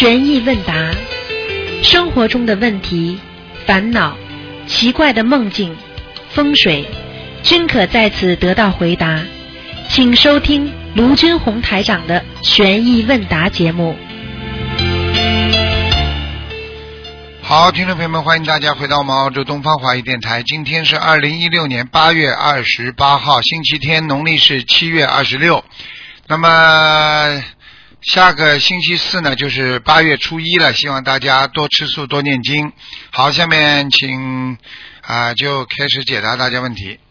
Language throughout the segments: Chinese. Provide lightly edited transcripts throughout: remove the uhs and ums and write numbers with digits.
悬疑问答，生活中的问题、烦恼、奇怪的梦境、风水，均可在此得到回答。请收听卢军红台长的悬疑问答节目。 好，听众朋友们，欢迎大家回到我们澳洲东方华语电台。今天是2016年8月28号，星期天，农历是7月26。那么下个星期四呢，就是8月初1了，希望大家多吃素，多念经。好，下面请就开始解答大家问题。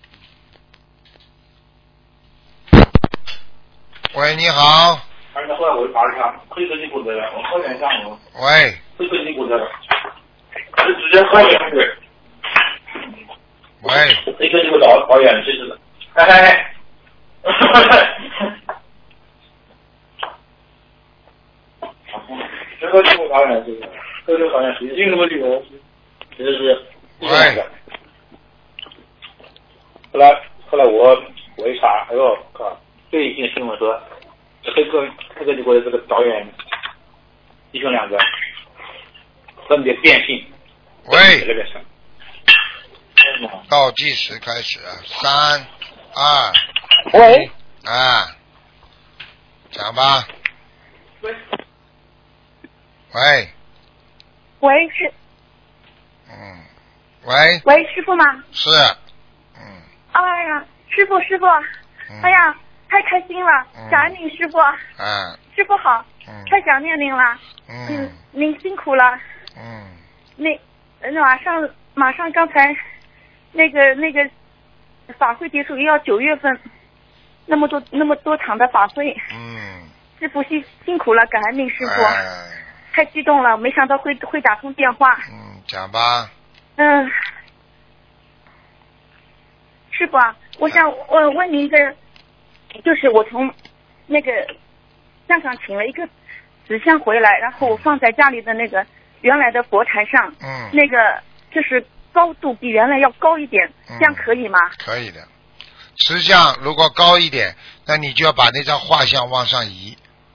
喂，你好。喂。 直接喝点水。 喂。 这个就导演其实，这个就导演是，这个导演实际什么理由？其实是。 喂。 后来我一查，哎呦靠！最近新闻说，这个结果的这个导演弟兄两个分别变性。 喂。倒计时开始，3、2。 喂。 讲吧。 喂。 喂。 喂是。 喂。 喂，师傅吗？ 是。 哎呀，师傅，哎呀，太开心了，感恩您师傅。师傅好。太想念您了。您辛苦了。马上刚才那个法会结束，又要9月份，那么多场的法会。师傅辛苦了，感恩您师傅。太激动了，没想到会打通电话。 讲吧。 师傅啊，我想问您一个，就是我从那个香港请了一个瓷像回来，然后我放在家里的那个原来的佛台上，那个就是高度比原来要高一点，这样可以吗？ 可以的。瓷像如果高一点，那你就要把那张画像往上移。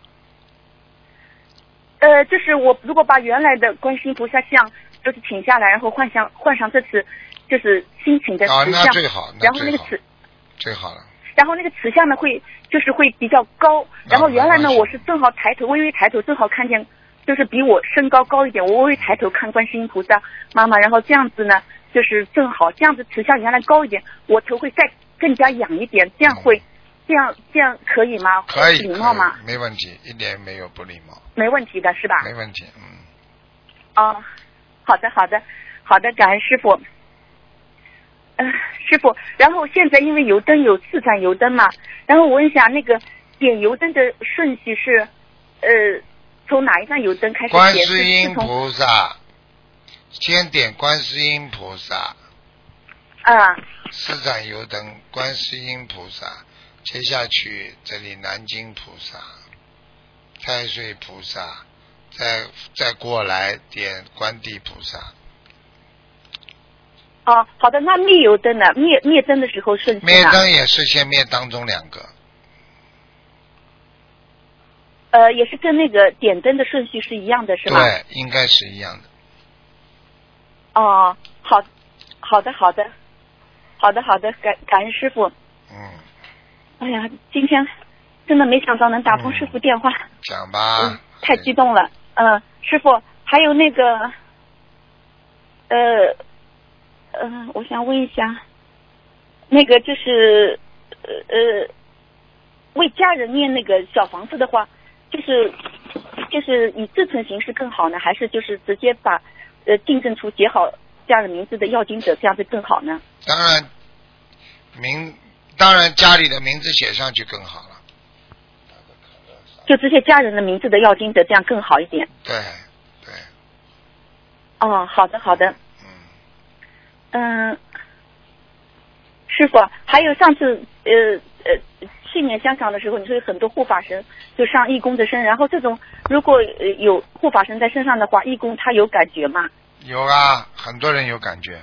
就是我如果把原来的观世音菩萨像就是请下来，然后换上这次就是新请的瓷像， 那最好， 然后那个最好了。 然后那个瓷像呢会比较高，然后原来呢我是正好抬头，微微抬头正好看见，就是比我身高高一点，我微微抬头看观世音菩萨妈妈，然后这样子呢就是正好这样子瓷像原来高一点，我头会再更加仰一点，这样会这样可以吗？ 可以， 礼貌吗？ 没问题，一点没有不礼貌。 没问题的是吧？ 没问题。 好的，感恩师傅。师傅，然后现在因为油灯有4盏油灯嘛，然后我问一下那个点油灯的顺序是从哪一盏油灯开始点？ 观世音菩萨，先点观世音菩萨。4盏油灯，观世音菩萨，接下去这里南京菩萨、太岁菩萨，再过来点观地菩萨。 好的，那灭油灯呢？灭灯的时候顺序呢？ 灭灯也是先灭当中2个。 也是跟那个点灯的顺序是一样的，是吗？ 对，应该是一样的。 好的，感恩师傅。哎呀，今天真的没想到能打通师傅电话。 讲吧。 太激动了。师傅，还有那个我想问一下，那个就是为家人念那个小房子的话，就是以自存形式更好呢，还是就是直接把订正出写好家人名字的要经者，这样子更好呢？ 当然家里的名字写上去更好了。 就这些家人的名字的要经者，这样更好一点。 对。 好的。师傅，还有上次去年香港的时候，你说有很多护法神就上义工的身，然后这种如果有护法神在身上的话，义工他有感觉吗？ 有啊，很多人有感觉。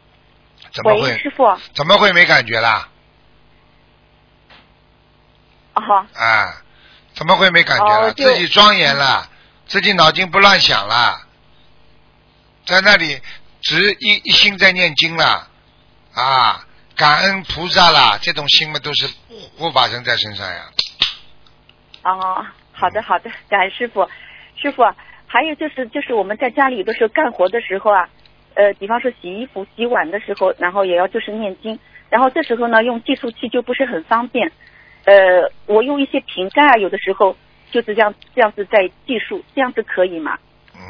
怎么会？ 喂，师傅。 怎么会没感觉啦？ 哈。 啊，怎么会没感觉了？自己庄严了，自己脑筋不乱想了，在那里只一心在念经了啊，感恩菩萨啦，这种心嘛都是护法神在身上呀。 哦，好的好的，感恩师傅。师傅，还有就是我们在家里有的时候干活的时候啊，比方说洗衣服、洗碗的时候，然后也要就是念经，然后这时候呢用计数器就不是很方便。我用一些瓶盖啊，有的时候就是这样子在计数，这样子可以吗？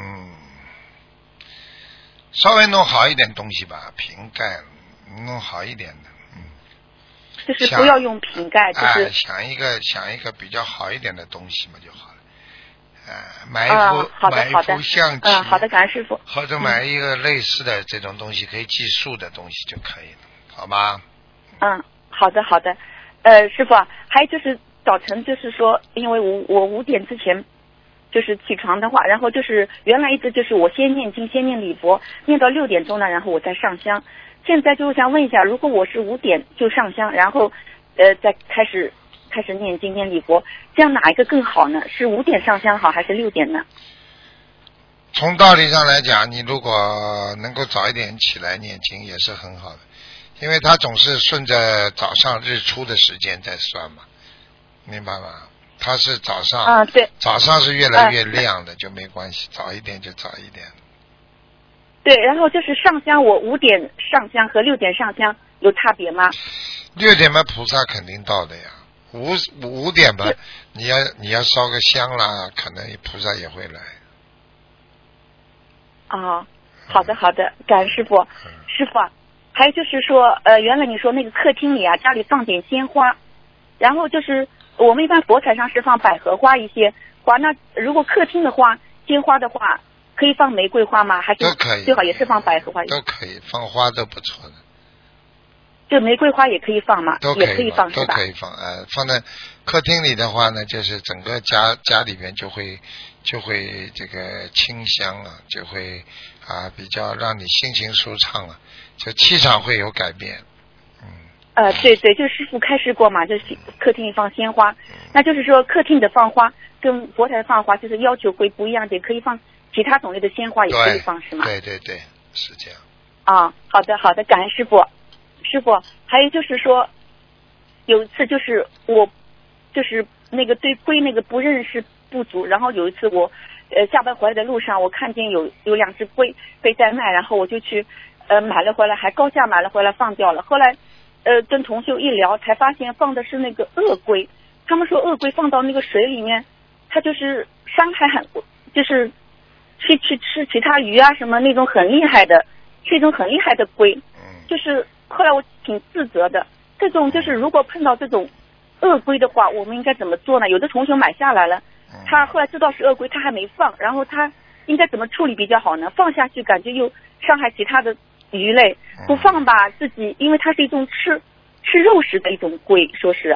稍微弄好一点东西吧，瓶盖弄好一点的， 就是不要用瓶盖，就是想一个比较好一点的东西嘛就好了。买一副象棋， 好的，感恩师傅。 或者买一个类似的这种东西，可以计数的东西就可以了，好吗？ 好的好的。师傅啊，还有就是早晨就是说，因为我5点之前就是起床的话，然后就是原来一直就是我先念经，先念礼佛，念到6点钟呢，然后我再上香。现在就想问一下，如果我是5点就上香，然后再开始念经念礼佛，这样哪一个更好呢？是5点上香好还是6点呢？ 从道理上来讲，你如果能够早一点起来念经也是很好的，因为它总是顺着早上日出的时间在算嘛，明白吗？它是早上对， 早上是越来越亮的，就没关系，早一点就早一点。 对，然后就是上香，我5点上香和6点上香有差别吗 ？6点嘛，菩萨肯定到的呀。5点吧，你要烧个香啦，可能菩萨也会来。 好的好的，感恩师傅。师傅啊，还有就是说，原来你说那个客厅里啊，家里放点鲜花，然后就是我们一般佛台上是放百合花一些花，那如果客厅的话，鲜花的话，可以放玫瑰花吗？还是都可以， 最好也是放百合花？ 都可以，放花都不错的。 就玫瑰花也可以放吗？ 都可以放，是吧？ 都可以放。放在客厅里的话呢，就是整个家里边就会这个清香啊，就会比较让你心情舒畅啊，就气场会有改变。 对对，就是师父开示过嘛，就是客厅放鲜花，那就是说客厅的放花跟佛台放花就是要求会不一样点，可以放其他种类的鲜花也可以放，是吗？ 对对对，是这样。 好的好的，感恩师父。师傅，还有就是说，有一次就是我就是那个对龟那个不认识不足，然后有一次我下班回来的路上，我看见有2只龟被在卖，然后我就去买了回来，还高价买了回来放掉了。后来跟同学一聊，才发现放的是那个鳄龟。他们说鳄龟放到那个水里面，它就是伤害就是去吃其他鱼啊什么那种很厉害的，是一种很厉害的龟。就是后来我挺自责的，这种就是如果碰到这种鳄龟的话，我们应该怎么做呢？有的同学买下来了，他后来知道是鳄龟，他还没放，然后他应该怎么处理比较好呢？放下去感觉又伤害其他的鱼类，不放吧自己，因为它是一种吃肉食的一种龟，说是。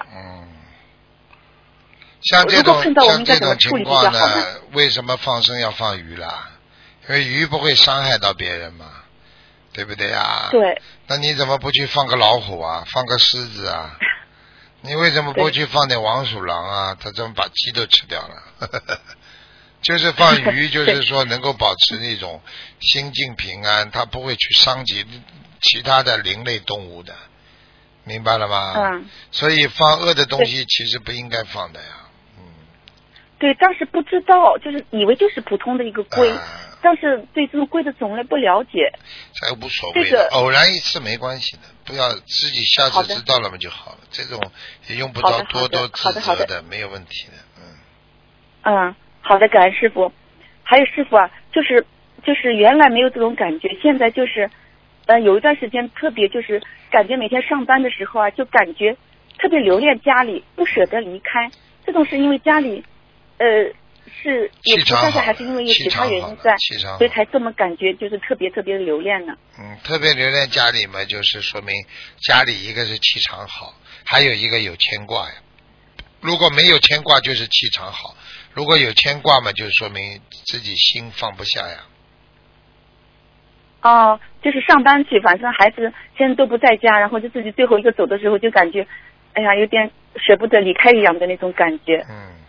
像这种情况呢，为什么放生要放鱼啦？因为鱼不会伤害到别人嘛。对不对呀？ 对。 那你怎么不去放个老虎啊，放个狮子啊？你为什么不去放点王鼠狼啊？他怎么把鸡都吃掉了？就是放鱼，就是说能够保持那种心境平安，他不会去伤及其他的灵类动物的，明白了吗？所以放恶的东西其实不应该放的呀。 对，当时不知道，就是以为就是普通的一个龟。但是对这种龟的种类不了解， 这无所谓的，偶然一次没关系的，不要自己下次知道了嘛就好了。这种也用不着多自责的，没有问题的。 好的，感恩师傅。还有师傅啊，就是原来没有这种感觉，现在就是有一段时间特别就是感觉每天上班的时候啊，就感觉特别留恋家里，不舍得离开。这种是因为家里是有菩萨还是因为有其他原因在，所以才这么感觉就是特别特别的留恋呢？ 特别留恋家里嘛，就是说明家里一个是气场好，还有一个有牵挂呀。如果没有牵挂，就是气场好；如果有牵挂嘛，就说明自己心放不下呀。 哦，就是上班去，反正孩子现在都不在家，然后就自己最后一个走的时候就感觉，哎呀，有点舍不得离开一样的那种感觉。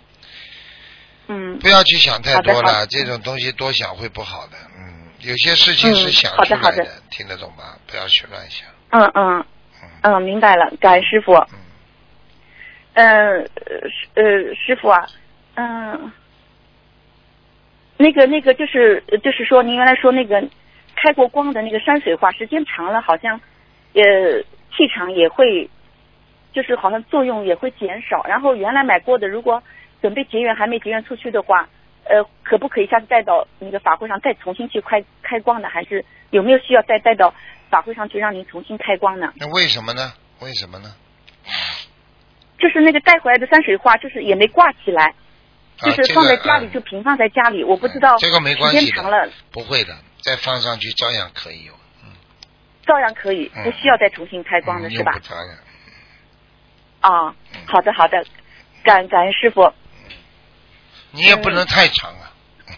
不要去想太多了，这种东西多想会不好的。有些事情是想出来好的， 听得懂吗？不要去乱想。 明白了，感恩师傅。师傅啊，那个就是说，您原来说那个开过光的那个山水画，时间长了好像气场也会，就是好像作用也会减少。然后原来买过的，如果准备结缘还没结缘出去的话，可不可以下次带到那个法会上再重新去开光呢？还是有没有需要再带到法会上去让您重新开光呢？ 那为什么呢？ 就是那个带回来的山水画，就是也没挂起来，就是放在家里就平放在家里，我不知道这个没关系的， 时间长了不会的，再放上去照样可以有。 照样可以，不需要再重新开光的是吧？ 用不着的。 好的，感恩师傅。 你也不能太长啊。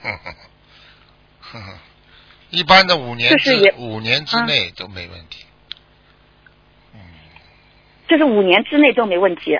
一般的5年之内都没问题。 就是5年之内都没问题。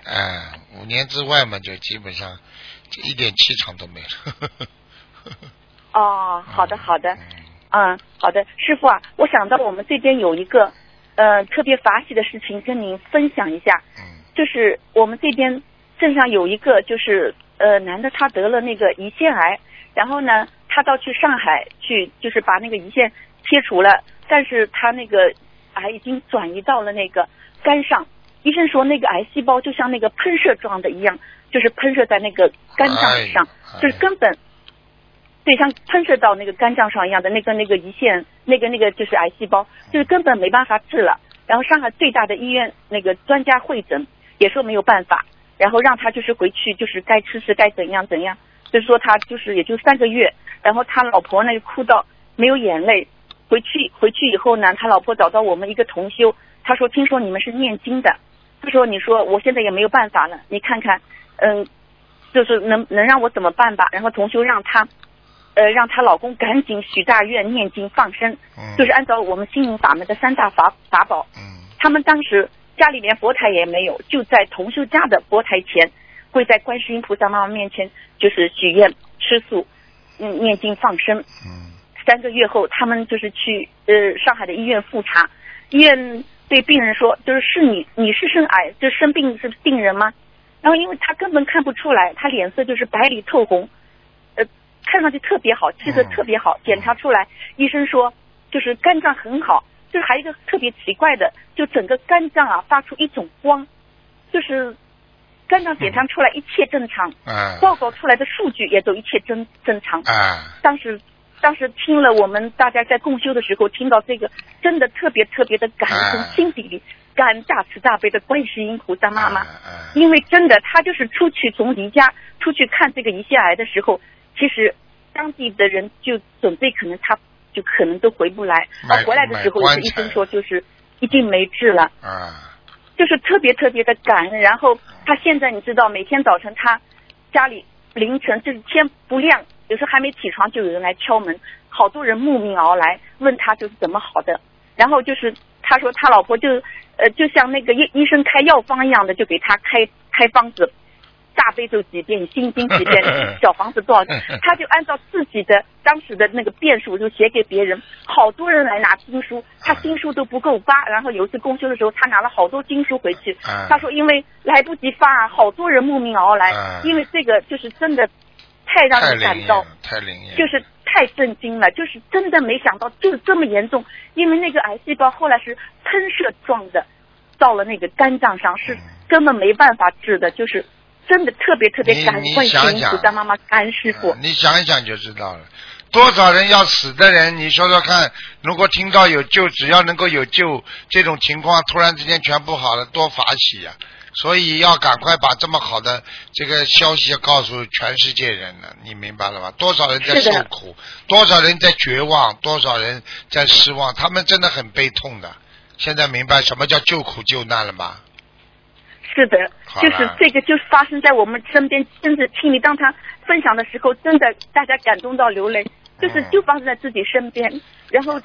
5年之外嘛，就基本上一点气场都没了。 好的。好的，师傅啊，我想到我们这边有一个特别法喜的事情跟您分享一下。就是我们这边镇上有一个就是男的，他得了那个胰腺癌，然后呢他到去上海去，就是把那个胰腺切除了，但是他那个癌已经转移到了那个肝上。医生说那个癌细胞就像那个喷射状的一样，就是喷射在那个肝脏上，就是根本对，像喷射到那个肝脏上一样的那个胰腺，那个就是癌细胞，就是根本没办法治了。然后上海最大的医院那个专家会诊也说没有办法，然后让他就是回去就是该吃吃该怎样，就是说他就是也就3个月。然后他老婆呢就哭到没有眼泪。回去以后呢，他老婆找到我们一个同修，他说听说你们是念经的，他说你说我现在也没有办法了，你看看就是能让我怎么办吧。然后同修让她老公赶紧许大愿念经放生，就是按照我们心灵法门的3大法宝。他们当时家里连佛台也没有，就在同修家的佛台前跪在观世音菩萨妈妈面前，就是许愿吃素，念经放生。3个月后他们就是去上海的医院复查，医院对病人说，就是你是生癌，就生病是病人吗？然后因为他根本看不出来，他脸色就是白里透红，看上去特别好，气色特别好。检查出来，医生说就是肝脏很好，就是还有一个特别奇怪的，就整个肝脏啊发出一种光，就是肝脏检查出来一切正常，报告出来的数据也都一切正常。当时听了我们大家在共修的时候听到这个，真的特别的感恩，从心底里感恩大慈大悲的观世音菩萨妈妈。因为真的他就是从离家出去看这个胰腺癌的时候，其实当地的人就准备可能都回不来，回来的时候医生说就是已经没治了。就是特别的感恩。然后他现在你知道，每天早晨他家里凌晨就是天不亮，有时候还没起床就有人来敲门，好多人慕名而来问他就是怎么好的。然后就是他说他老婆就像那个医生开药方一样的，就给他开方子，大悲咒几遍，心经几遍，小房子多少，他就按照自己的当时的那个遍数就写给别人，好多人来拿经书，他经书都不够发。然后有一次公休的时候，他拿了好多经书回去，他说因为来不及发，好多人慕名而来，因为这个就是真的太让人感到， 太灵验， 就是太震惊了，就是真的没想到就是这么严重。因为那个癌细胞后来是喷射状的到了那个肝脏上，是根本没办法治的，就是真的特别感恩观世音菩萨妈妈，感恩师父。 你想一想就知道了，多少人要死的人，你说说看，如果听到有救，只要能够有救，这种情况突然之间全部好了，多法喜呀！所以要赶快把这么好的这个消息告诉全世界人了，你明白了吗？多少人在受苦，多少人在绝望，多少人在失望，他们真的很悲痛的。现在明白什么叫救苦救难了吗？ 是的，就是这个就发生在我们身边，真的听你当他分享的时候，真的大家感动到流泪，就发生在自己身边。然后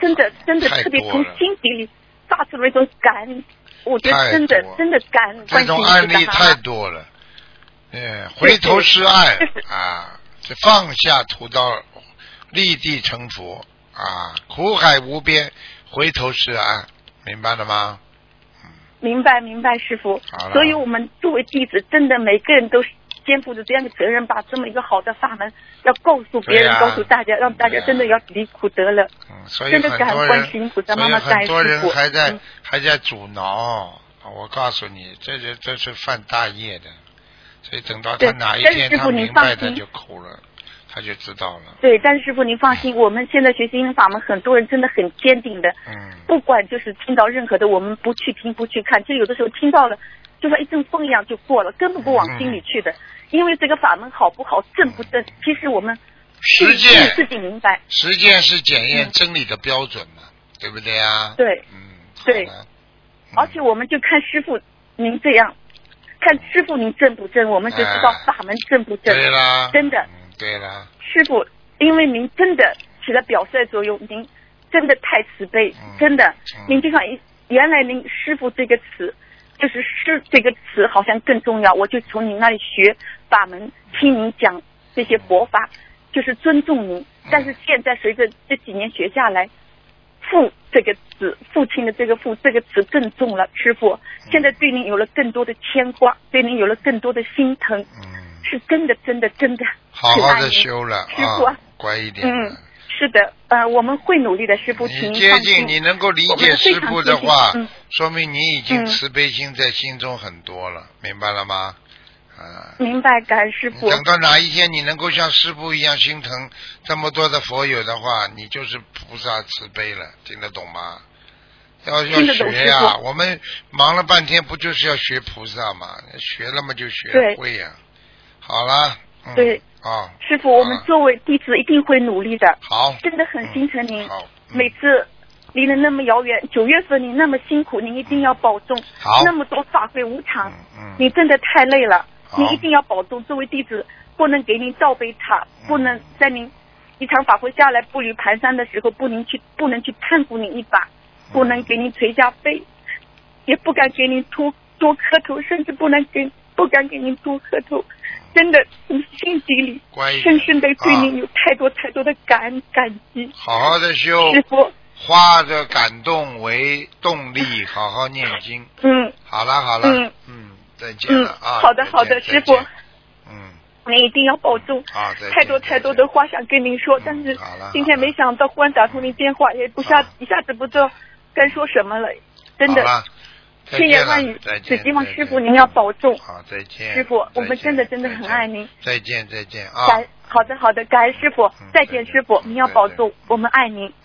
真的特别从心底里发出了一种感恩，我觉得真的感恩。 这种案例太多了，回头是岸啊，这放下屠刀，立地成佛啊，苦海无边，回头是岸，明白了吗？ 明白，师父。所以我们作为弟子，真的每个人都肩负着这样的责任，把这么一个好的法门要告诉别人，告诉大家，让大家真的要离苦得乐。 所以真的感恩观世音菩萨妈妈，感恩师父。 很多人还在阻挠，我告诉你，这是犯大业的。所以等到他哪一天他明白，他就苦了。他就知道了。 对，但是师父您放心，我们现在学心灵法门，很多人真的很坚定的，不管就是听到任何的，我们不去听不去看，就有的时候听到了，就像一阵风一样就过了，根本不往心里去的。因为这个法门好不好，正不正，其实我们实践自己明白。 实践是检验真理的标准嘛，对不对啊？ 对，对。而且我们就看师父您这样，看师父您正不正，我们就知道法门正不正。 对啦， 真的。 对了， 师父，因为您真的起了表率作用，您真的太慈悲，真的，您就像原来您师父这个词，就是师这个词好像更重要，我就从您那里学法门，听您讲这些佛法，就是尊重您。但是现在随着这几年学下来，父这个词，父亲的这个父这个词更重了，师父，现在对您有了更多的牵挂，对您有了更多的心疼。是真的好好的修了师父啊，乖一点。 是的，我们会努力的，师父，请你接近，你能够理解师父的话，说明你已经慈悲心在心中很多了，明白了吗？ 明白，感恩师父。 等到哪一天你能够像师父一样心疼这么多的佛友的话，你就是菩萨慈悲了，听得懂吗？要学呀，我们忙了半天，不就是要学菩萨吗？学了嘛就学会呀。好了， 对，师父，我们作为弟子一定会努力的。 好， 真的很心疼您。每次离得那么遥远，9月份您那么辛苦，您一定要保重。那么多法会无常，你真的太累了，您一定要保重。作为弟子，不能给您倒杯茶，不能在您一场法会下来步履蹒跚的时候，不能去看顾您一把，不能给您垂下背，也不敢给您多磕头，甚至不敢给您多磕头。真的从心底里深深的对您有太多的感激。好好的修， 师父， 化着感动为动力，好好念经。好了，再见了啊。 好的，师父。您一定要保重。太多的话想跟您说，但是今天没想到忽然打通您电话，也一下子不知道该说什么了，真的。千言万语，只希望师父您要保重。 好，再见。 师父，我们真的很爱您。 再见啊！ 好的，感恩师父，再见师父，您要保重，我们爱您。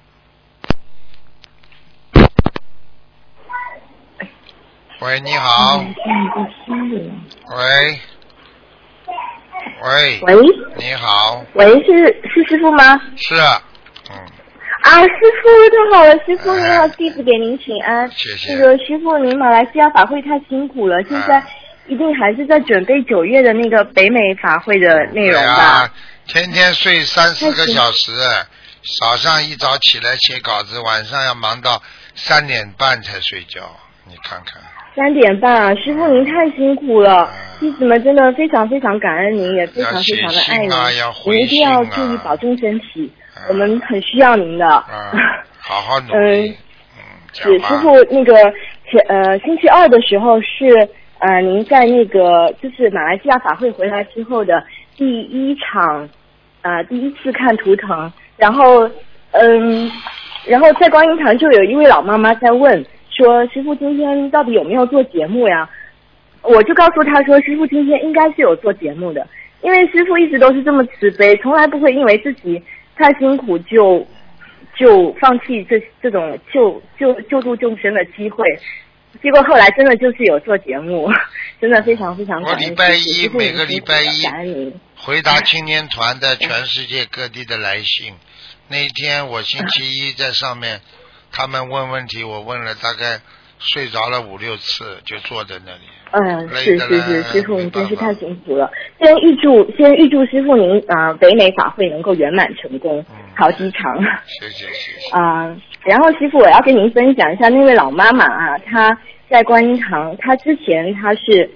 喂，你好。喂，你好。 喂，是师父吗？ 是。 师父太好了，师父您好，弟子给您请安。 谢谢。 那个师父，您马来西亚法会太辛苦了，现在一定还是在准备9月的那个北美法会的内容吧？ 天天睡3-4个小时，早上一早起来写稿子，晚上要忙到3点半才睡觉，你看看。 3点半啊，师父您太辛苦了，弟子们真的非常非常感恩您，也非常非常的爱您，您一定要注意保重身体。我们很需要您的。 好好努力。 是师父，那个星期2的时候是您在那个就是马来西亚法会回来之后的第1场第1次看图腾，然后在观音堂就有一位老妈妈在问说，师父今天到底有没有做节目呀？我就告诉她说，师父今天应该是有做节目的，因为师父一直都是这么慈悲，从来不会因为自己太辛苦就放弃这种救度众生的机会，结果后来真的就是有做节目，真的非常非常感恩。 我每个礼拜一回答青年团的全世界各地的来信，那一天我星期一在上面，他们问问题，我问了大概睡着了5-6次，就坐在那里。 是，师父您真是太辛苦了。先预祝师父您北美法会能够圆满成功。 陶机场。 谢谢。 然后师父，我要跟您分享一下那位老妈妈啊，她在观音堂，她之前她是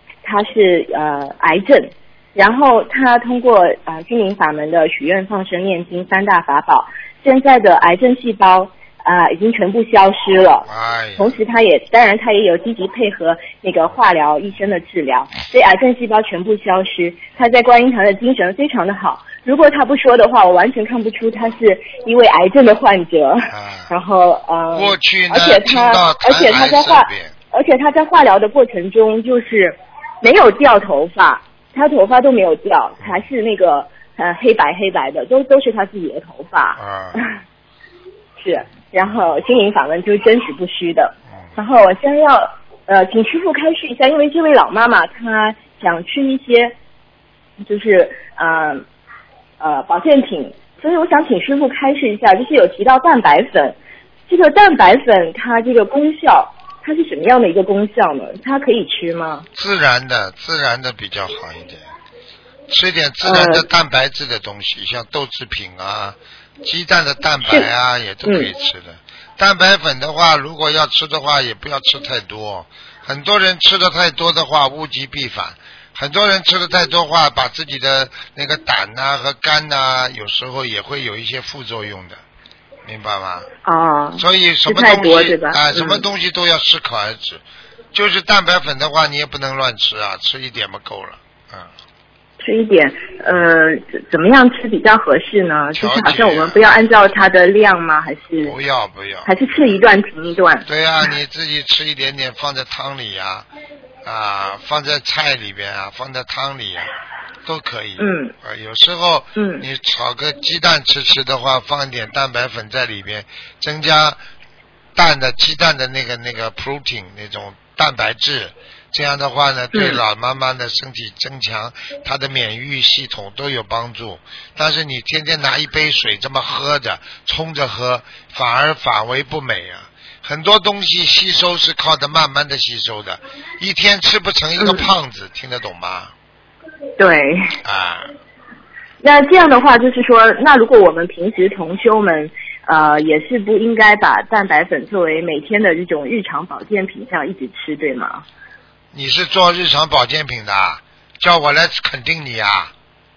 癌症，然后她通过心灵法门的许愿、放生、念经3大法宝，现在的癌症细胞已经全部消失了。同时当然她也有积极配合那个化疗医生的治疗，所以癌症细胞全部消失。她在观音堂的精神非常的好，如果她不说的话，我完全看不出她是一位癌症的患者。然后过去呢， 而且她在化疗的过程中就是没有掉头发，她头发都没有掉，还是那个黑白的，都是她自己的头发。是，然后心灵法门就是真实不虚的。然后我现在要请师父开示一下，因为这位老妈妈她想吃一些就是保健品，所以我想请师父开示一下，就是有提到蛋白粉，这个蛋白粉它这个功效，它是什么样的一个功效呢？它可以吃吗？ 自然的比较好一点，吃点自然的蛋白质的东西，像豆制品啊。鸡蛋的蛋白啊也都可以吃的。蛋白粉的话，如果要吃的话，也不要吃太多。很多人吃的太多的话，物极必反。很多人吃的太多话，把自己的那个胆和肝有时候也会有一些副作用的，明白吗？所以什么东西什么东西都要适可而止。就是蛋白粉的话，你也不能乱吃啊，吃一点嘛够了。 吃一点，怎么样吃比较合适呢？就是好像我们不要按照它的量吗？还是不要， 还是吃一段停一段？ 对啊，你自己吃一点点，放在汤里放在菜里边放在汤里都可以。有时候你炒个鸡蛋吃的话，放一点蛋白粉在里边，增加鸡蛋的那个 protein 那种蛋白质。这样的话呢，对老妈妈的身体增强，她的免疫系统都有帮助。但是你天天拿一杯水这么喝着，冲着喝，反为不美啊。很多东西吸收是靠着慢慢的吸收的，一天吃不成一个胖子，听得懂吗？ 对。那这样的话，就是说，那如果我们平时同修们也是不应该把蛋白粉作为每天的这种日常保健品这样一直吃，对吗？ 你是做日常保健品的，叫我来肯定你啊？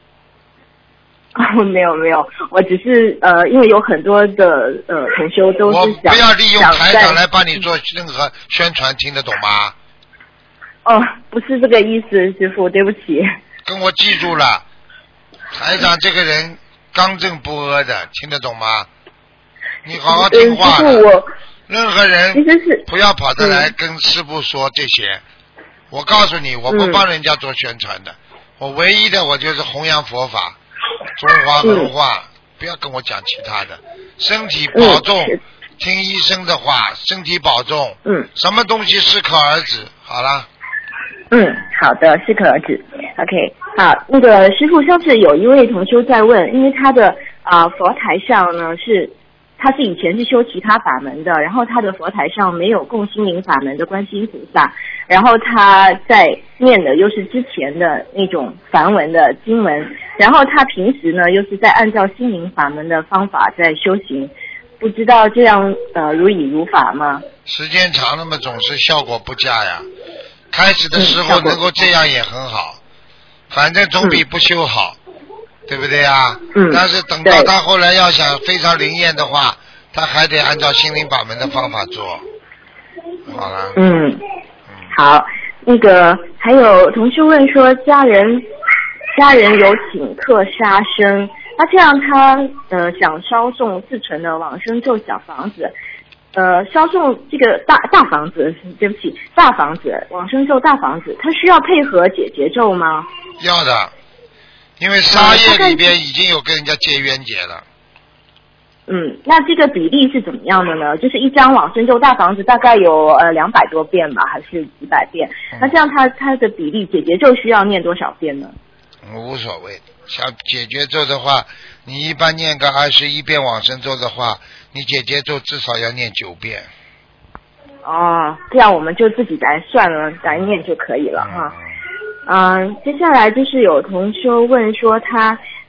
没有，我只是因为有很多的同修都是想， 我不要利用台长来帮你做任何宣传，听得懂吗？ 不是这个意思，师父，对不起。 跟我记住了，台长这个人刚正不阿的，听得懂吗？你好好听话了。任何人不要跑得来跟师父说这些。我告诉你，我不帮人家做宣传的，我唯一的我就是弘扬佛法、中华文化，不要跟我讲其他的。身体保重，听医生的话，身体保重。什么东西适可而止，好了。 好的，适可而止。OK， 好，那个师父，上次有一位同修在问，因为他的佛台上呢他是以前是修其他法门的，然后他的佛台上没有供心灵法门的观世音菩萨，然后他在念的又是之前的那种梵文的经文，然后他平时呢又是在按照心灵法门的方法在修行，不知道这样如理如法吗？ 时间长了嘛，总是效果不佳呀。开始的时候能够这样也很好，反正总比不修好。对不对啊？但是等到他后来要想非常灵验的话，他还得按照心灵法门的方法做。好了。 好，那个还有同学问说，家人有请客杀生，那这样他想烧送4成的往生咒小房子，烧送这个大房子，对不起，大房子往生咒大房子，他需要配合解结咒吗？ 要的。因为杀业里边已经有跟人家结冤结了。 那这个比例是怎么样的呢？就是一张往生咒大房子大概有200多遍吧，还是几百遍？那这样它的比例解结咒需要念多少遍呢？ 无所谓，像解结咒的话，你一般念个21遍往生咒的话，你解结咒至少要念9遍。 这样我们就自己来算了，来念就可以了哈。接下来就是有同修问说他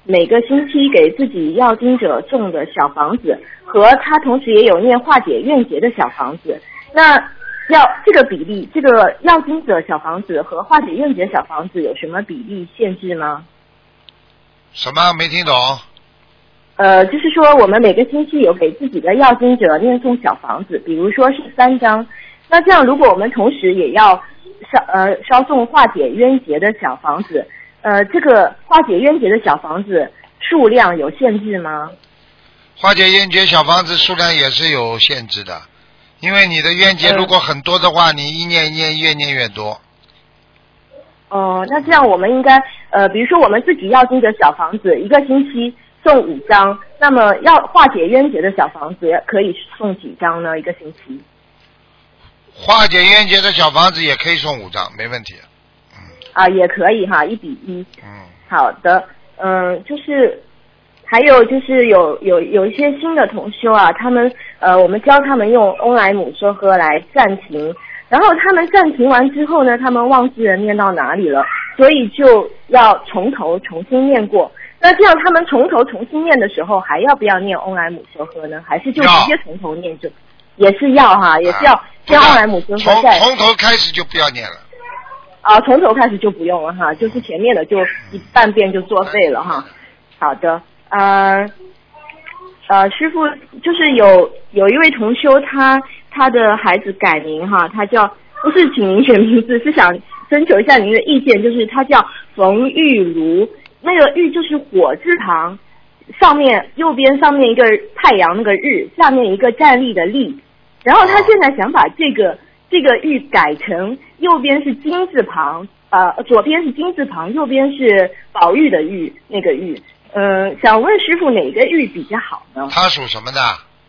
每个星期给自己要经者种的小房子，和他同时也有念化解怨结的小房子，那要这个比例，这个要经者小房子和化解怨结小房子有什么比例限制吗？ 什么没听懂？ 就是说我们每个星期有给自己的要经者念诵小房子，比如说是3张，那这样如果我们同时也要烧送化解冤结的小房子，这个化解冤结的小房子数量有限制吗？ 化解冤结小房子数量也是有限制的，因为你的冤结如果很多的话，你一念越念越多。 那这样我们应该比如说我们自己要经者小房子一个星期送5张，那么要化解冤结的小房子可以送几张呢？一个星期？ 化解冤结的小房子也可以送5张，没问题。 也可以哈，1比1。好的，就是还有就是有一些新的同修啊，他们我们教他们用欧莱姆说喝来暂停，然后他们暂停完之后呢，他们忘记了念到哪里了，所以就要从头重新念过。那这样他们从头重新念的时候，还要不要念欧莱姆修喝呢？还是就直接从头念就？也是要哈，也是要先欧莱姆修喝再。 从头开始就不要念了。 从头开始就不用了哈，就是前面的就半遍就作废了哈。好的，师父，就是有一位同修，他的孩子改名哈，他叫不是请您选名字，是想征求一下您的意见，就是他叫冯玉茹，那个玉就是火字旁，右边上面一个太阳那个日，下面一个站立的立，然后他现在想把这个玉改成右边是金字旁，左边是金字旁，右边是宝玉的玉，那个玉。想问师父哪个玉比较好呢？ 他属什么的？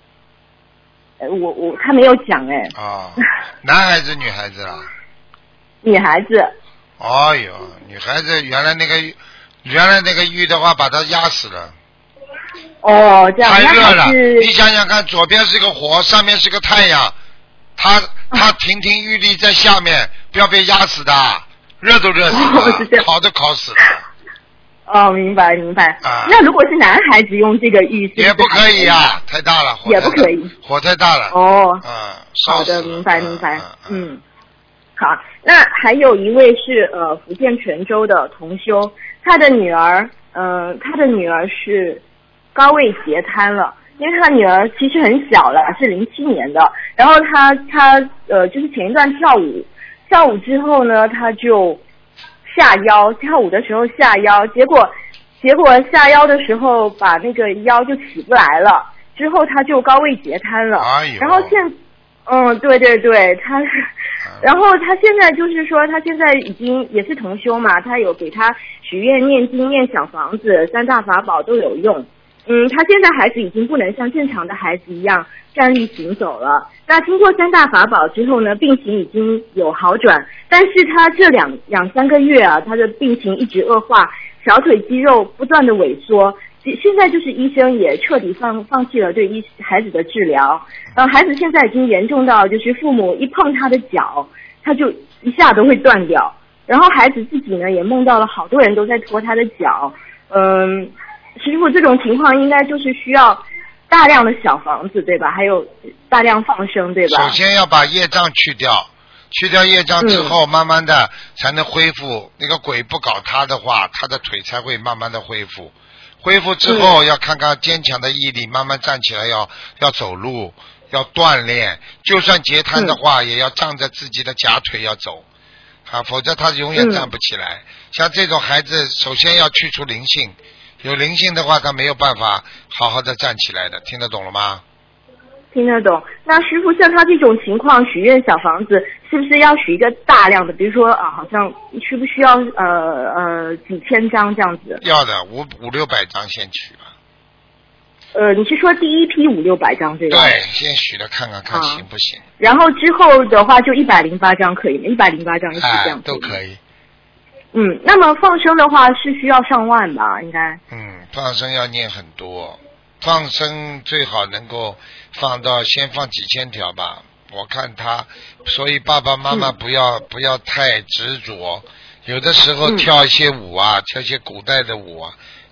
他没有讲哎。 男孩子女孩子啦？ 女孩子。 哦哟，女孩子原来那个玉的话把它压死了。 这样。 太热了，你想想看，左边是个火，上面是个太阳。他亭亭玉立在下面，不要被压死的，热都热死了，烤都烤死了。 明白。那如果是男孩子用这个玉是也不可以啊，太大了， 也不可以， 火太大了。 好的，明白。好，那还有一位是福建泉州的同修，他的女儿是高位截瘫了。因为他女儿其实很小了，是07年的，然后他就是前一段跳舞之后呢，他就下腰，跳舞的时候下腰，结果下腰的时候把那个腰就起不来了，之后他就高位截瘫了。然后对，然后他现在就是说，他现在已经也是同修嘛，他有给他许愿念经念小房子，3大法宝都有用。他现在孩子已经不能像正常的孩子一样站立行走了。那经过3大法宝之后呢，病情已经有好转，但是他这两三个月啊，他的病情一直恶化，小腿肌肉不断的萎缩。现在就是医生也彻底放弃了对孩子的治疗。孩子现在已经严重到就是父母一碰他的脚，他就一下都会断掉。然后孩子自己呢也梦到了好多人都在拖他的脚。师父，这种情况应该就是需要大量的小房子对吧？还有大量放生对吧？ 首先要把业障去掉业障之后，慢慢的才能恢复。那个鬼不搞他的话，他的腿才会慢慢的恢复。恢复之后要看看坚强的毅力，慢慢站起来，要走路，要锻炼。就算截瘫的话，也要仗着自己的假腿要走否则他永远站不起来。像这种孩子，首先要去除灵性。有灵性的话，他没有办法好好的站起来的，听得懂了吗？ 听得懂。那师父，像他这种情况，许愿小房子是不是要许一个大量的？比如说好像需不需要几千张这样子？ 要的500-600张先取吧。 你是说第一批500-600张对吧？ 对，先许了看行不行。 然后之后的话就108张可以吗？108张一起这样都可以。 那么放生的话是需要上万吧？应该。 放生要念很多，放生最好能够先放几千条吧。我看他，所以爸爸妈妈不要太执着。有的时候跳一些舞跳一些古代的舞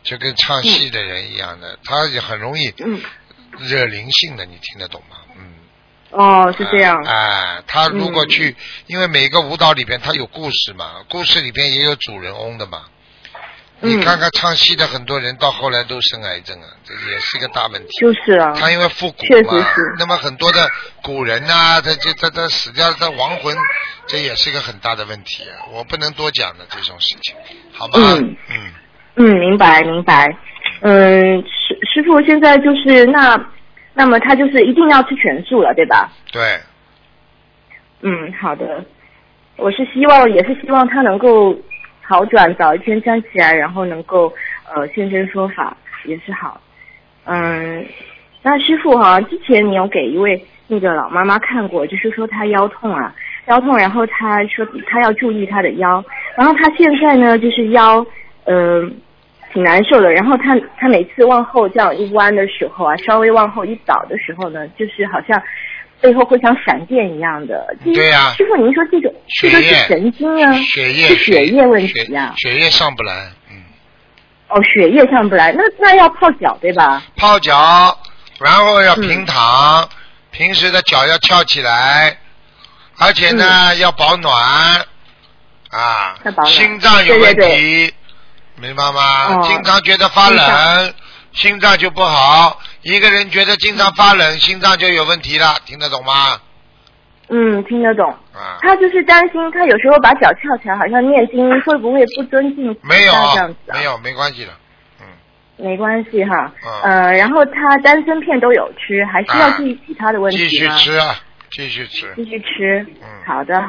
就跟唱戏的人一样的，他也很容易惹灵性的，你听得懂吗？ 哦，是这样。 他如果去，因为每个舞蹈里边它有故事嘛，故事里边也有主人翁的嘛。你看看唱戏的很多人到后来都生癌症啊，这也是个大问题。 就是啊。 他因为复古嘛， 确实是。 那么很多的古人啊，他死掉的亡魂，这也是个很大的问题啊。我不能多讲的这种事情，好吗？ 明白。师父现在就是那么他就是一定要吃全素了，对吧？ 对。 好的。我是希望他能够好转，早一天站起来，然后能够现身说法也是好。那师父之前你有给一位那个老妈妈看过，就是说她腰痛，然后她说她要注意她的腰，然后她现在呢就是腰挺难受的，然后她每次往后这样一弯的时候稍微往后一倒的时候呢，就是好像背后会像闪电一样的。 对呀。 师父您说这个是神经啊， 血液问题啊？ 血液上不来。 血液上不来，那要泡脚对吧？ 泡脚，然后要平躺，平时的脚要翘起来，而且呢要保暖心脏有问题， 对明白吗？经常觉得发冷，心脏就不好。一个人觉得经常发冷，心脏就有问题了，听得懂吗？ 听得懂。他就是担心，他有时候把脚翘起来，好像念经会不会不尊敬没有这样子没有，没关系的。 没关系哈。然后他丹参片都有吃，还是要注意其他的问题吗？ 继续吃。 继续吃。好的。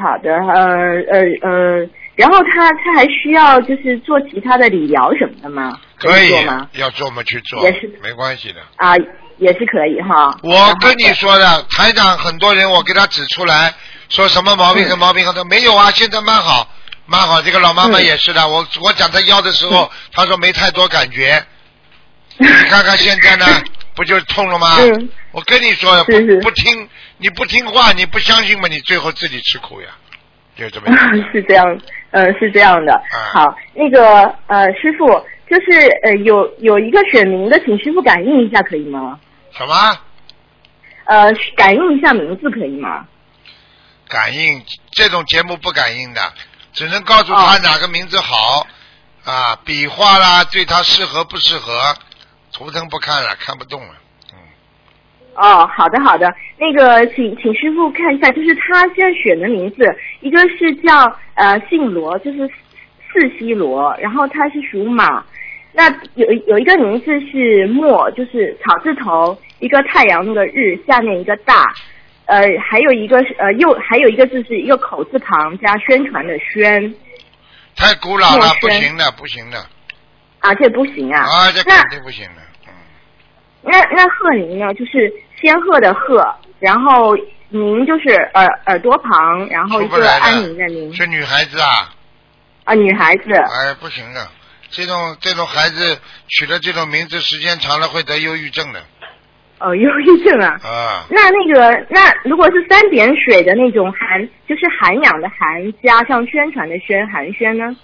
然后他还需要就是做其他的理疗什么的吗？ 可以做吗？ 要做嘛去做， 也是没关系的。 也是可以哈。 我跟你说的，台长很多人我给他指出来，说什么毛病和毛病，他说没有啊，现在蛮好。这个老妈妈也是的，我讲她腰的时候，她说没太多感觉。你看看现在呢，不就痛了吗？我跟你说，不听，你不听话，你不相信嘛，你最后自己吃苦呀，就这么是这样，是这样的。好，那个师父，就是有一个选名的，请师父感应一下可以吗？ 什么？ 感应一下名字可以吗？ 感应这种节目不感应的，只能告诉他哪个名字好笔画啦，对他适合不适合，图腾不看了，看不动了。 好的，那个请师父看一下，就是他现在选的名字，一个是叫姓罗，就是四西罗，然后他是属马。那有一个名字是墨，就是草字头，一个太阳那个日，下面一个大，还有一个还有一个字是一个口字旁加宣传的宣。 太古老了，不行的。 这不行啊？ 这肯定不行的。 那鹤龄呢？就是仙鹤的鹤，然后宁就是耳朵旁，然后一个安宁的宁。 是女孩子女孩子。 不行的，这种孩子取了这种名字，时间长了会得忧郁症的。 忧郁症啊。那如果是三点水的那种寒，就是涵养的涵加上宣传的宣，寒宣呢？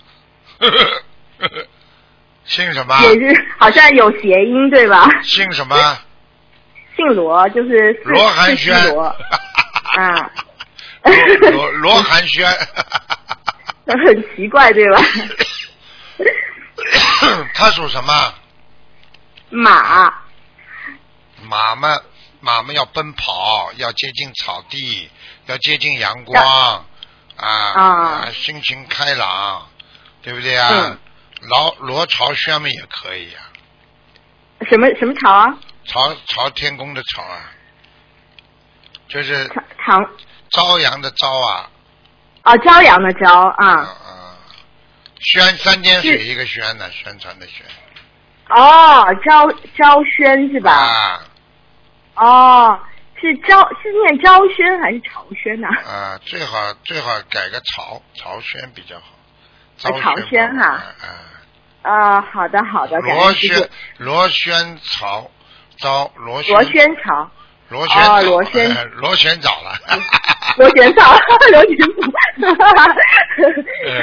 姓什么？ 也是好像有谐音对吧？ 姓什么？ 姓罗，就是罗寒轩。罗寒轩。 很奇怪对吧？ 他属什么？ 马嘛要奔跑，要接近草地，要接近阳光心情开朗，对不对啊？罗朝轩嘛也可以啊。 什么朝啊？ 朝天宫的朝啊，就是朝阳的朝啊。 朝阳的朝宣三点水一个宣呢，宣传的宣。 昭宣是吧？是念昭宣还是朝宣呢？ 最好改个朝宣比较好。 朝宣哈。好的。 罗宣朝，罗宣朝。 螺旋藻了。 螺旋藻。 螺旋藻。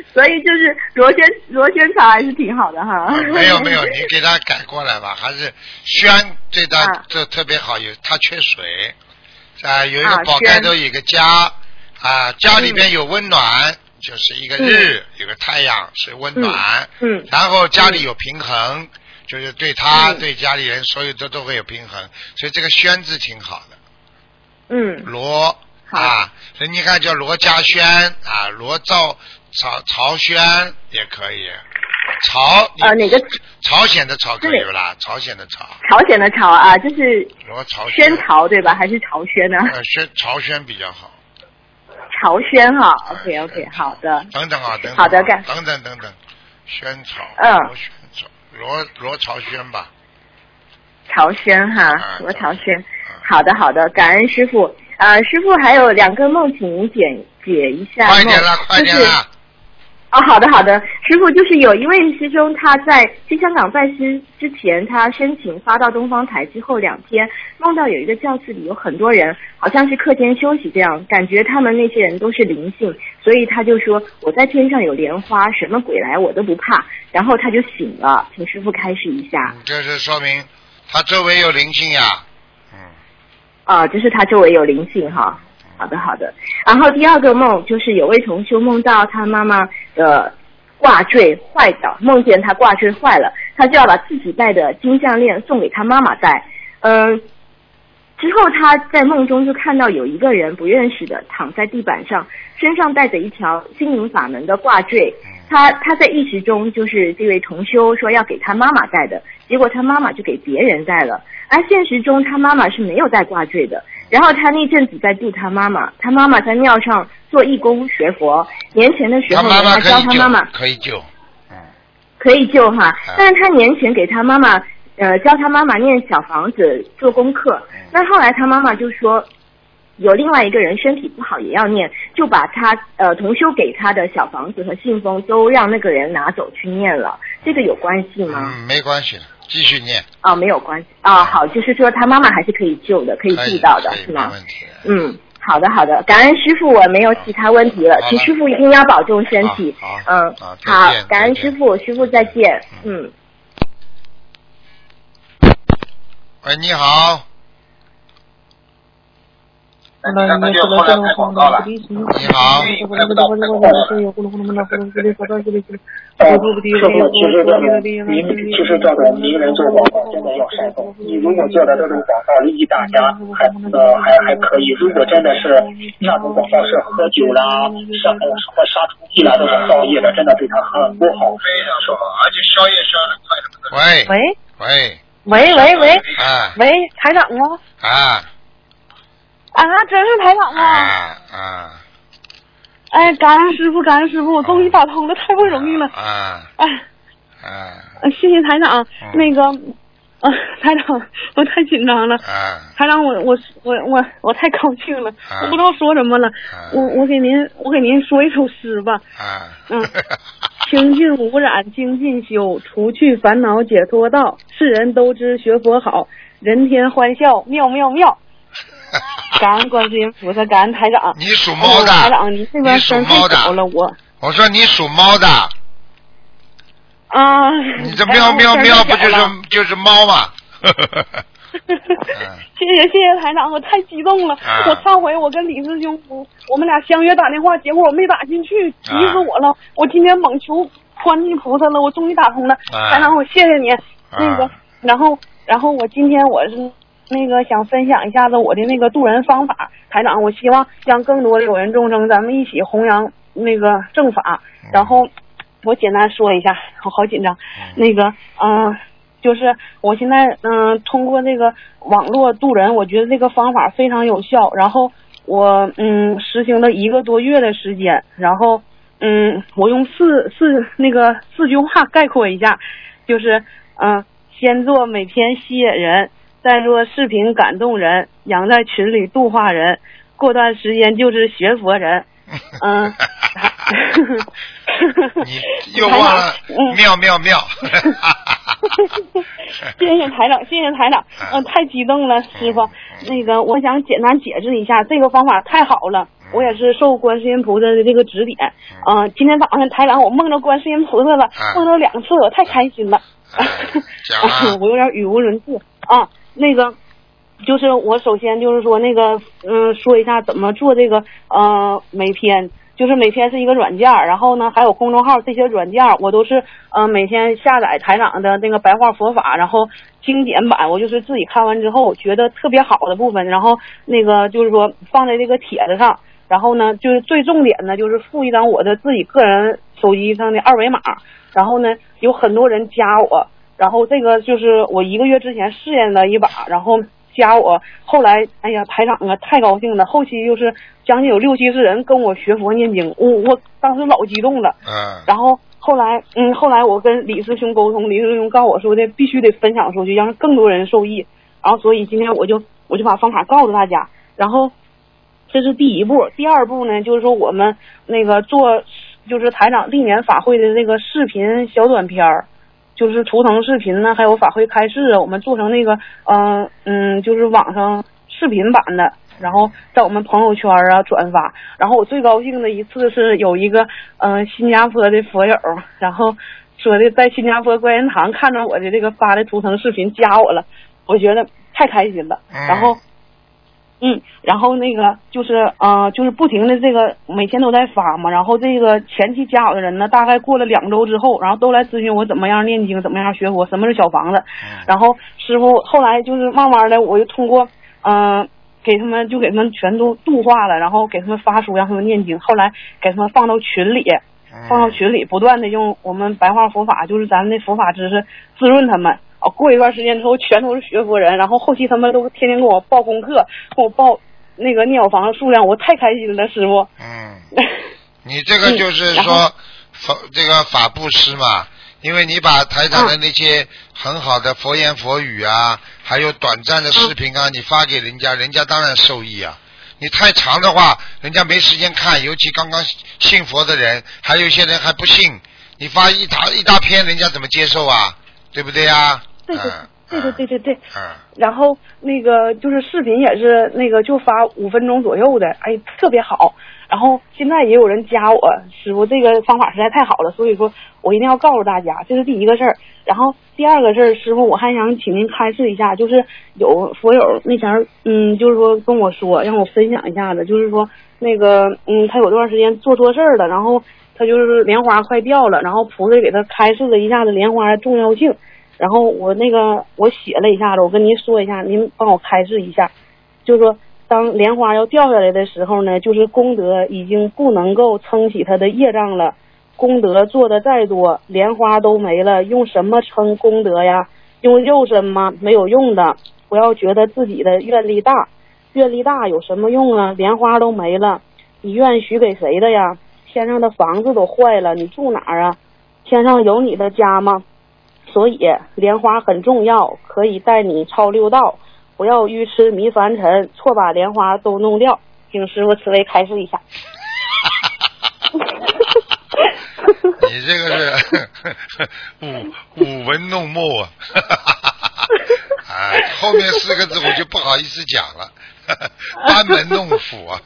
所以就是螺旋草还是挺好的哈。 没有，你给它改过来吧，还是宣对它这特别好，它缺水有一个宝盖头，有一个家家里边有温暖，就是一个日，有个太阳是温暖，然后家里有平衡，就是对他对家里人所有都会有平衡，所以这个宣字挺好的。罗所以你看叫罗家轩罗曹轩也可以。哪个朝鲜的朝可以不啦？朝鲜的朝。 朝鲜的朝啊，就是罗朝宣朝对吧？还是朝宣呢？ 朝宣比较好。 朝宣哈 ，OK， 好的。 等等， 好的， 等，宣朝。宣朝，罗朝宣吧。 朝宣哈，罗朝宣。好的，感恩师傅。师傅还有2个梦，请您解一下梦。 快点了。 好的，师傅，就是有一位师兄，他在去香港拜师之前，他申请发到东方台之后2天，梦到有一个教室里有很多人，好像是课间休息这样，感觉他们那些人都是灵性，所以他就说我在天上有莲花，什么鬼来我都不怕，然后他就醒了，请师傅开示一下。 这是说明他周围有灵性呀。 就是他周围有灵性哈。好的。然后第2个梦就是有位同修梦到他妈妈的挂坠坏掉，梦见他挂坠坏了，他就要把自己戴的金项链送给他妈妈戴。之后他在梦中就看到有一个人不认识的躺在地板上，身上带着一条心灵法门的挂坠。他在意识中就是这位同修说要给他妈妈戴的，结果他妈妈就给别人戴了，而现实中他妈妈是没有戴挂坠的。然后他那阵子在度他妈妈，他妈妈在庙上做义工学佛，年前的时候他教他妈妈可以救， 可以救哈。但是他年前给他妈妈教他妈妈念小房子做功课，那后来他妈妈就说有另外一个人身体不好也要念，就把他同修给他的小房子和信封都让那个人拿走去念了，这个有关系吗？ 没关系，继续念。 没有关系好，就是说他妈妈还是可以救的，可以助到的，是吗？ 没问题。 好的，感恩师傅，我没有其他问题了，请师傅一定要保重身体。好，感恩师傅，师傅再见。 喂，你好。 那就后来拍广告了。 你好。 师傅，其实这种名人做广告真的要慎重。你如果做的这种广告利益大家，还可以。如果真的是那种广告是喝酒啦、杀虫剂啦这种造业的，真的对他很不好。非常不好，而且宵夜烧的快。 喂，台长吗？真是台长吗？感恩师傅，我终于打通了，太不容易了。谢谢台长。台长，我太紧张了。台长，我太高兴了，我不知道说什么了。我给您说一首诗吧。清净无染精进修，除去烦恼解脱道。世人都知学佛好，人天欢笑妙妙妙。感恩观世音菩萨，感恩台长。 你属猫的。 台长，你这边声太小了， 我说你属猫的。你这喵喵喵不就是猫吗？ 谢谢台长，我太激动了。我上回我跟李师兄我们俩相约打电话，结果我没打进去，急死我了。我今天猛求观世菩萨了，我终于打通了。台长，我谢谢你。然后我今天我是想分享一下子我的渡人方法。台长，我希望让更多的有缘众生咱们一起弘扬正法。然后我简单说一下，我好紧张。就是我现在通过网络渡人，我觉得这个方法非常有效。然后我实行了1个多月的时间。然后我用四句话概括一下，就是先做每天吸引人，再做视频感动人，养在群里度化人，过段时间就是学佛人。 你又忘了妙妙妙。 谢谢台长，太激动了，师傅。我想简单解释一下，这个方法太好了。 我也是受观世音菩萨的这个指点。今天早上台长我梦着观世音菩萨了，梦着2次，我太开心了。我有点语无伦次啊。那个就是我首先就是说那个说一下怎么做这个美篇。就是每天是一个软件，然后呢还有公众号，这些软件我都是每天下载台长的那个白话佛法，然后精简版我就是自己看完之后觉得特别好的部分，然后那个就是说放在这个帖子上，然后呢就是最重点的就是附一张我的自己个人手机上的2维码，然后呢有很多人加我，然后这个就是我1个月之前试验了一把，然后加我，后来哎呀台长啊太高兴了，后期就是将近有60-70人跟我学佛念经，我当时老激动了。然后后来我跟李师兄沟通，李师兄告诉我说的必须得分享出去，让更多人受益。然后所以今天我就把方法告诉大家。然后这是第1步，第2步呢就是说我们那个做就是台长历年法会的这个视频小短片儿。就是图腾视频呢，还有法会开示，我们做成那个就是网上视频版的，然后在我们朋友圈啊转发。然后我最高兴的一次是有一个新加坡的佛友，然后说的在新加坡观音堂看着我的这个发的图腾视频加我了，我觉得太开心了。然后那个就是不停的这个每天都在发嘛，然后这个前期加我的人呢，大概过了2周之后，然后都来咨询我怎么样念经，怎么样学佛，什么是小房子。然后师傅后来就是慢慢的，我就通过给他们全都度化了，然后给他们发书让他们念经，后来给他们放到群里，不断的用我们白话佛法，就是咱们的佛法知识滋润他们。过一段时间之后全都是学佛人，然后后期他们都天天给我报功课，给我报那个念小房数量，我太开心了，师傅。 你这个就是说这个法布施嘛，因为你把台长的那些很好的佛言佛语啊，还有短暂的视频啊，你发给人家，人家当然受益啊。你太长的话人家没时间看，尤其刚刚信佛的人，还有一些人还不信，你发一大篇人家怎么接受啊，对不对啊？ 对。然后那个就是视频也是那个就发5分钟左右的，哎，特别好。然后现在也有人加我，师傅这个方法实在太好了，所以说我一定要告诉大家，这是第1个事儿。然后第2个事儿，师傅我还想请您开示一下，就是有佛友那前就是说跟我说让我分享一下子，就是说那个他有段时间做错事儿了，然后他就是莲花快掉了，然后菩萨给他开示了一下子莲花的重要性。然后我写了一下子，我跟您说一下，您帮我开示一下，就是说当莲花要掉下来的时候呢，就是功德已经不能够撑起它的业障了，功德做的再多，莲花都没了，用什么撑功德呀？用肉身吗？没有用的。不要觉得自己的愿力大，愿力大有什么用啊？莲花都没了，你愿许给谁的呀？天上的房子都坏了，你住哪儿啊？天上有你的家吗？所以莲花很重要，可以带你超6道，不要愚痴迷凡尘，错把莲花都弄掉。请师傅慈悲开示一下。 你这个是舞文弄墨啊！后面4个字我就不好意思讲了，班门弄斧啊！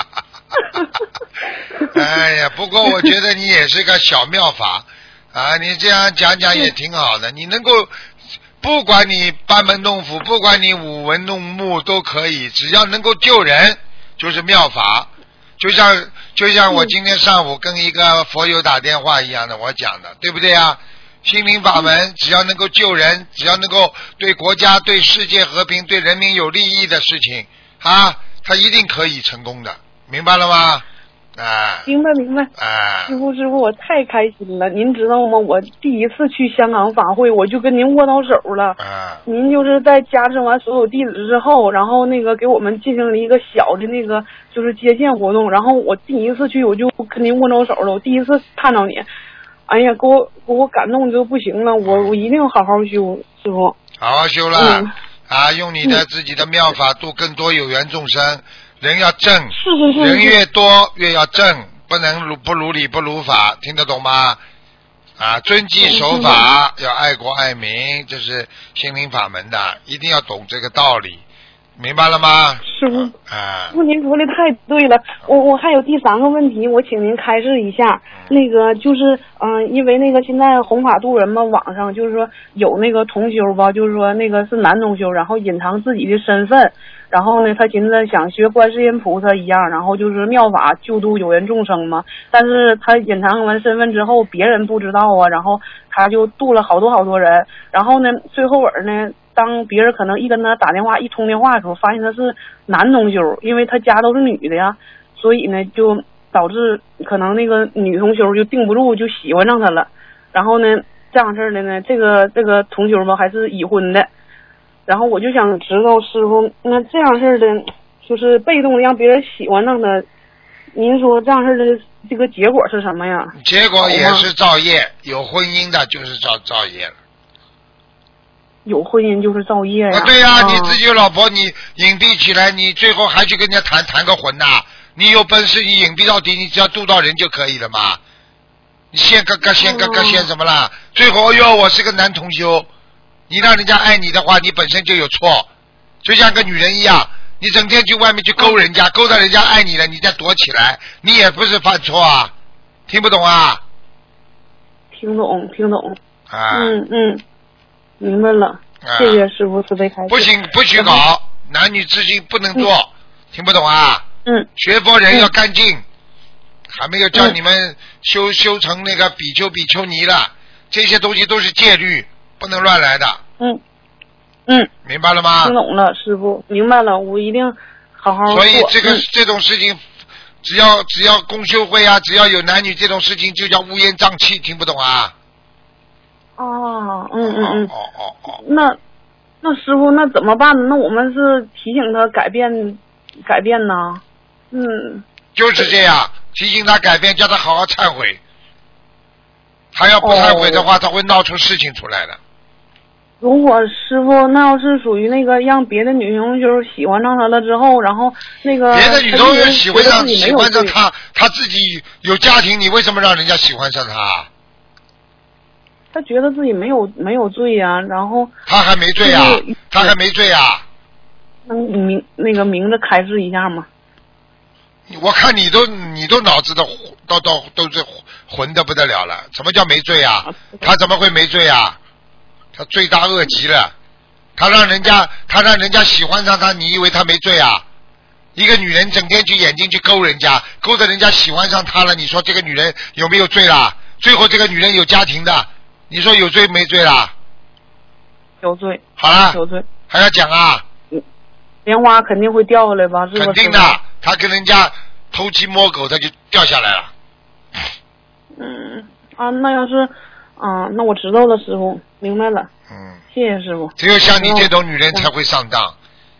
哎呀，不过我觉得你也是个小妙法啊，你这样讲讲也挺好的。你能够不管你班门弄斧，不管你舞文弄墨都可以，只要能够救人就是妙法。就像我今天上午跟一个佛友打电话一样的，我讲的对不对啊？心灵法门只要能够救人，只要能够对国家对世界和平对人民有利益的事情啊，他一定可以成功的，明白了吗？ 明白。师傅我太开心了，您知道吗？我第1次去香港法会，我就跟您握到手了。您就是在加持完所有弟子之后，然后那个给我们进行了一个小的那个就是接见活动，然后我第1次去我就跟您握到手了，我第1次看到你，哎呀，给我感动就不行了，我一定好好修，师傅。 好好修了。用你的自己的妙法度更多有缘众生。人要正，人越多越要正，不能不如理不如法，听得懂吗？遵纪守法，要爱国爱民，这是心灵法门的，一定要懂这个道理。 明白了吗？ 师傅，师傅您说的太对了。我还有第3个问题，我请您开示一下。那个就是因为那个现在弘法度人嘛，网上就是说有那个同修吧，就是说那个是男同修，然后隐藏自己的身份，然后呢他寻思想学观世音菩萨一样，然后就是妙法救度有缘众生嘛。但是他隐藏完身份之后，别人不知道啊，然后他就度了好多人，然后呢最后呢。当别人可能一跟他打电话一通电话的时候，发现他是男同修，因为他家都是女的呀，所以呢就导致可能那个女同修就定不住，就喜欢上他了。然后呢这样式的呢，这个同修吧还是已婚的。然后我就想知道师傅，那这样式的就是被动的让别人喜欢上他，您说这样式的这个结果是什么呀？ 结果也是造业，有婚姻的就是造业了。 有婚姻就是造业呀！ 对呀，你自己有老婆，你隐蔽起来，你最后还去跟人家谈个婚呐？你有本事，你隐蔽到底，你只要度到人就可以了嘛。你先什么啦？最后我是个男同修，你让人家爱你的话，你本身就有错，就像个女人一样，你整天去外面去勾人家，勾到人家爱你了，你再躲起来，你也不是犯错啊？听不懂啊？ 听懂啊。 明白了，谢谢师傅慈悲开示。 不许搞，男女之间不能做，听不懂啊？学佛人要干净，还没有叫你们修成那个比丘尼了，这些东西都是戒律，不能乱来的。明白了吗？ 听懂了，师傅，明白了，我一定好好做。 所以这种事情，只要公修会啊，只要有男女这种事情，就叫乌烟瘴气，听不懂啊？ 那师傅那怎么办呢？那我们是提醒他改变呢？ 就是这样，提醒他改变，叫他好好忏悔。他要不忏悔的话，他会闹出事情出来的。 如果师傅那要是属于那个让别的女同学喜欢上他了之后，然后那个别的女同学喜欢上他自己有家庭，你为什么让人家喜欢上他？ 他觉得自己没有罪呀，然后他还没罪啊， 那个名字开示一下嘛。 我看你都脑子都是混的不得了了，什么叫没罪啊？他怎么会没罪啊？他罪大恶极了，他让人家喜欢上他，你以为他没罪啊？一个女人整天去眼睛去勾人家，勾着人家喜欢上他了，你说这个女人有没有罪啦？最后这个女人有家庭的，你说有罪没罪啦？ 有罪。 好了， 有罪。 还要讲啊？ 莲花肯定会掉下来吧？ 肯定的，他跟人家偷鸡摸狗，他就掉下来了。 那要是那我知道了，师傅明白了。谢谢师傅。 只有像你这种女人才会上当。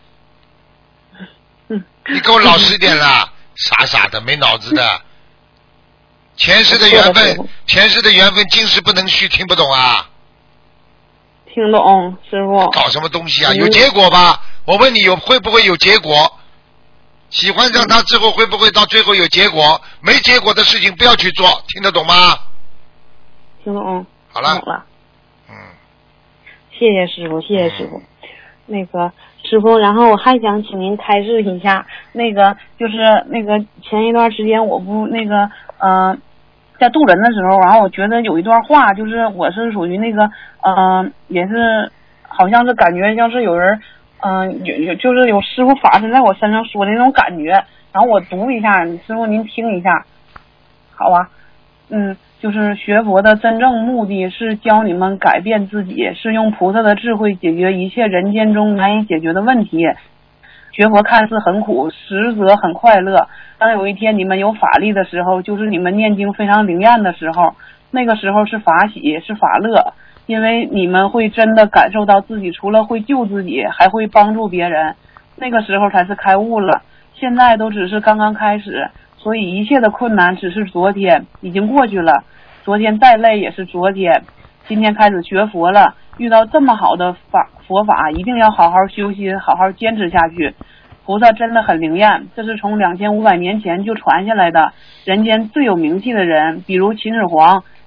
你给我老实点啦，傻傻的没脑子的。前世的缘分，今世不能续，听不懂啊？ 听懂，师傅。 搞什么东西啊？有结果吧？我问你会不会有结果？喜欢上他之后会不会到最后有结果？没结果的事情不要去做，听得懂吗？ 听懂。 好了。 听懂了。谢谢师傅，谢谢师傅。那个师傅，然后我还想请您开示一下，那个就是那个前一段时间我不那个在渡人的时候，然后我觉得有一段话，就是我是属于那个也是好像是感觉像是有人就是有师傅法身在我身上说的那种感觉，然后我读一下，师傅您听一下，好啊。就是学佛的真正目的是教你们改变自己，是用菩萨的智慧解决一切人间中难以解决的问题。学佛看似很苦，实则很快乐。当有一天你们有法力的时候，就是你们念经非常灵验的时候，那个时候是法喜，是法乐，因为你们会真的感受到自己除了会救自己，还会帮助别人，那个时候才是开悟了。现在都只是刚刚开始，所以一切的困难只是昨天，已经过去了。昨天再累也是昨天，今天开始学佛了，遇到这么好的佛法，一定要好好修心，好好坚持下去。菩萨真的很灵验，这是从2500年前就传下来的。人间最有名气的人，比如秦始皇，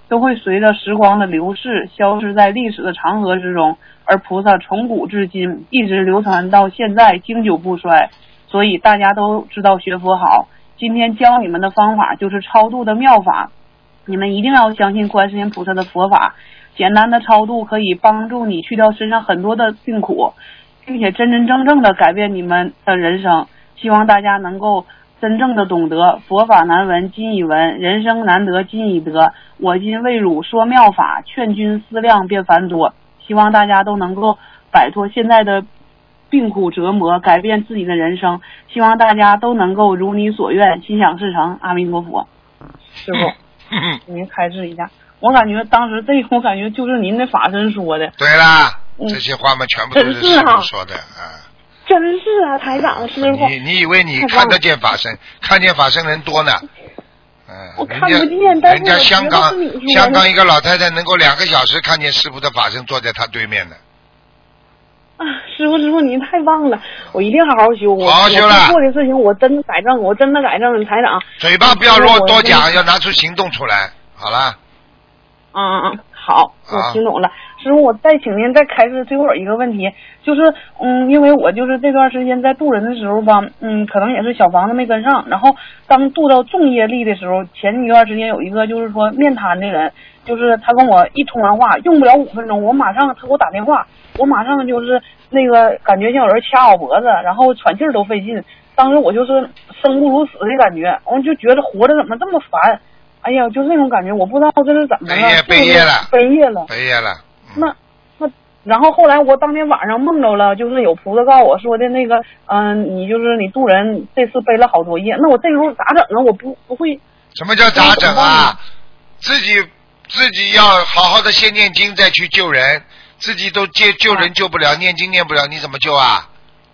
都会随着时光的流逝消失在历史的长河之中，而菩萨从古至今一直流传到现在，经久不衰。所以大家都知道学佛好，今天教你们的方法就是超度的妙法，你们一定要相信观世音菩萨的佛法。简单的超度可以帮助你去掉身上很多的病苦，并且真真正正的改变你们的人生。希望大家能够真正的懂得佛法难闻今已闻，人生难得今已得。我今为汝说妙法，劝君思量便繁多。希望大家都能够摆脱现在的病苦折磨，改变自己的人生。希望大家都能够如你所愿，心想事成。阿弥陀佛。师父，您开示一下。我感觉当时我感觉就是您的法身说的。 对啦，这些话嘛，全部都是师父说的啊。 真是啊，台长师傅。 你以为你看得见法身？看见法身人多呢。 我看不见，但是人家香港一个老太太能够2个小时看见师父的法身坐在她对面的。 啊，师傅，您太棒了！我一定好好修。 好好修了。 我做的事情我真的改正，台长。 嘴巴不要多讲，要拿出行动出来。好了。 好，我听懂了。师傅，我再请您再开示最后一个问题，就是因为我就是这段时间在渡人的时候吧，可能也是小房子没跟上，然后当渡到重业力的时候，前一段时间有一个就是说面瘫的人，就是他跟我一通完话，用不了5分钟，他给我打电话，我马上就是那个感觉像有人掐我脖子，然后喘气儿都费劲，当时我就是生不如死的感觉，我就觉得活着怎么这么烦。哎呀，就是那种感觉，我不知道这是怎么了。 背业了。 那，然后后来我当天晚上梦着了，就是有菩萨告我说的那个，你渡人这次背了好多业，那我这时候咋整啊？我不会。 什么叫咋整啊？自己要好好的先念经，再去救人。自己都救人救不了，念经念不了，你怎么救啊？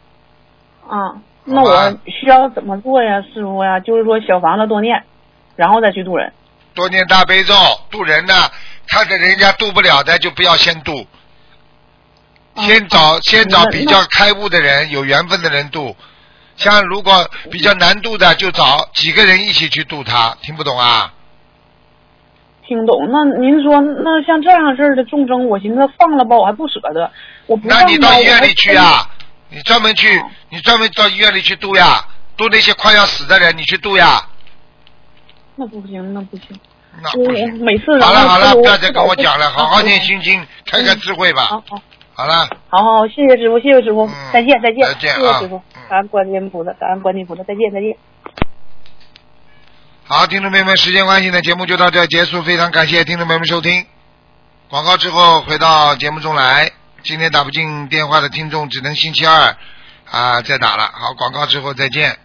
那我需要怎么做呀，师傅呀？就是说小房子多念，然后再去渡人。 多念大悲咒，渡人呢，看着人家渡不了的就不要先渡，先找比较开悟的人，有缘分的人渡。像如果比较难渡的，就找几个人一起去渡他。听不懂啊？ 听懂。那您说，那像这样事的众生，我寻思放了吧，我还不舍得。我不放。 那你到医院里去啊！你专门到医院里去渡呀，渡那些快要死的人，你去渡呀。 那不行。 每次好了，不要再跟我讲了，好好念心经，开智慧吧。好了。 好，谢谢师傅，再见。 谢谢师傅，感恩观世音菩萨，再见。 好，听众朋友们，时间关系呢，节目就到这结束，非常感谢听众朋友们收听。广告之后回到节目中来，今天打不进电话的听众只能星期二再打了。好，广告之后再见。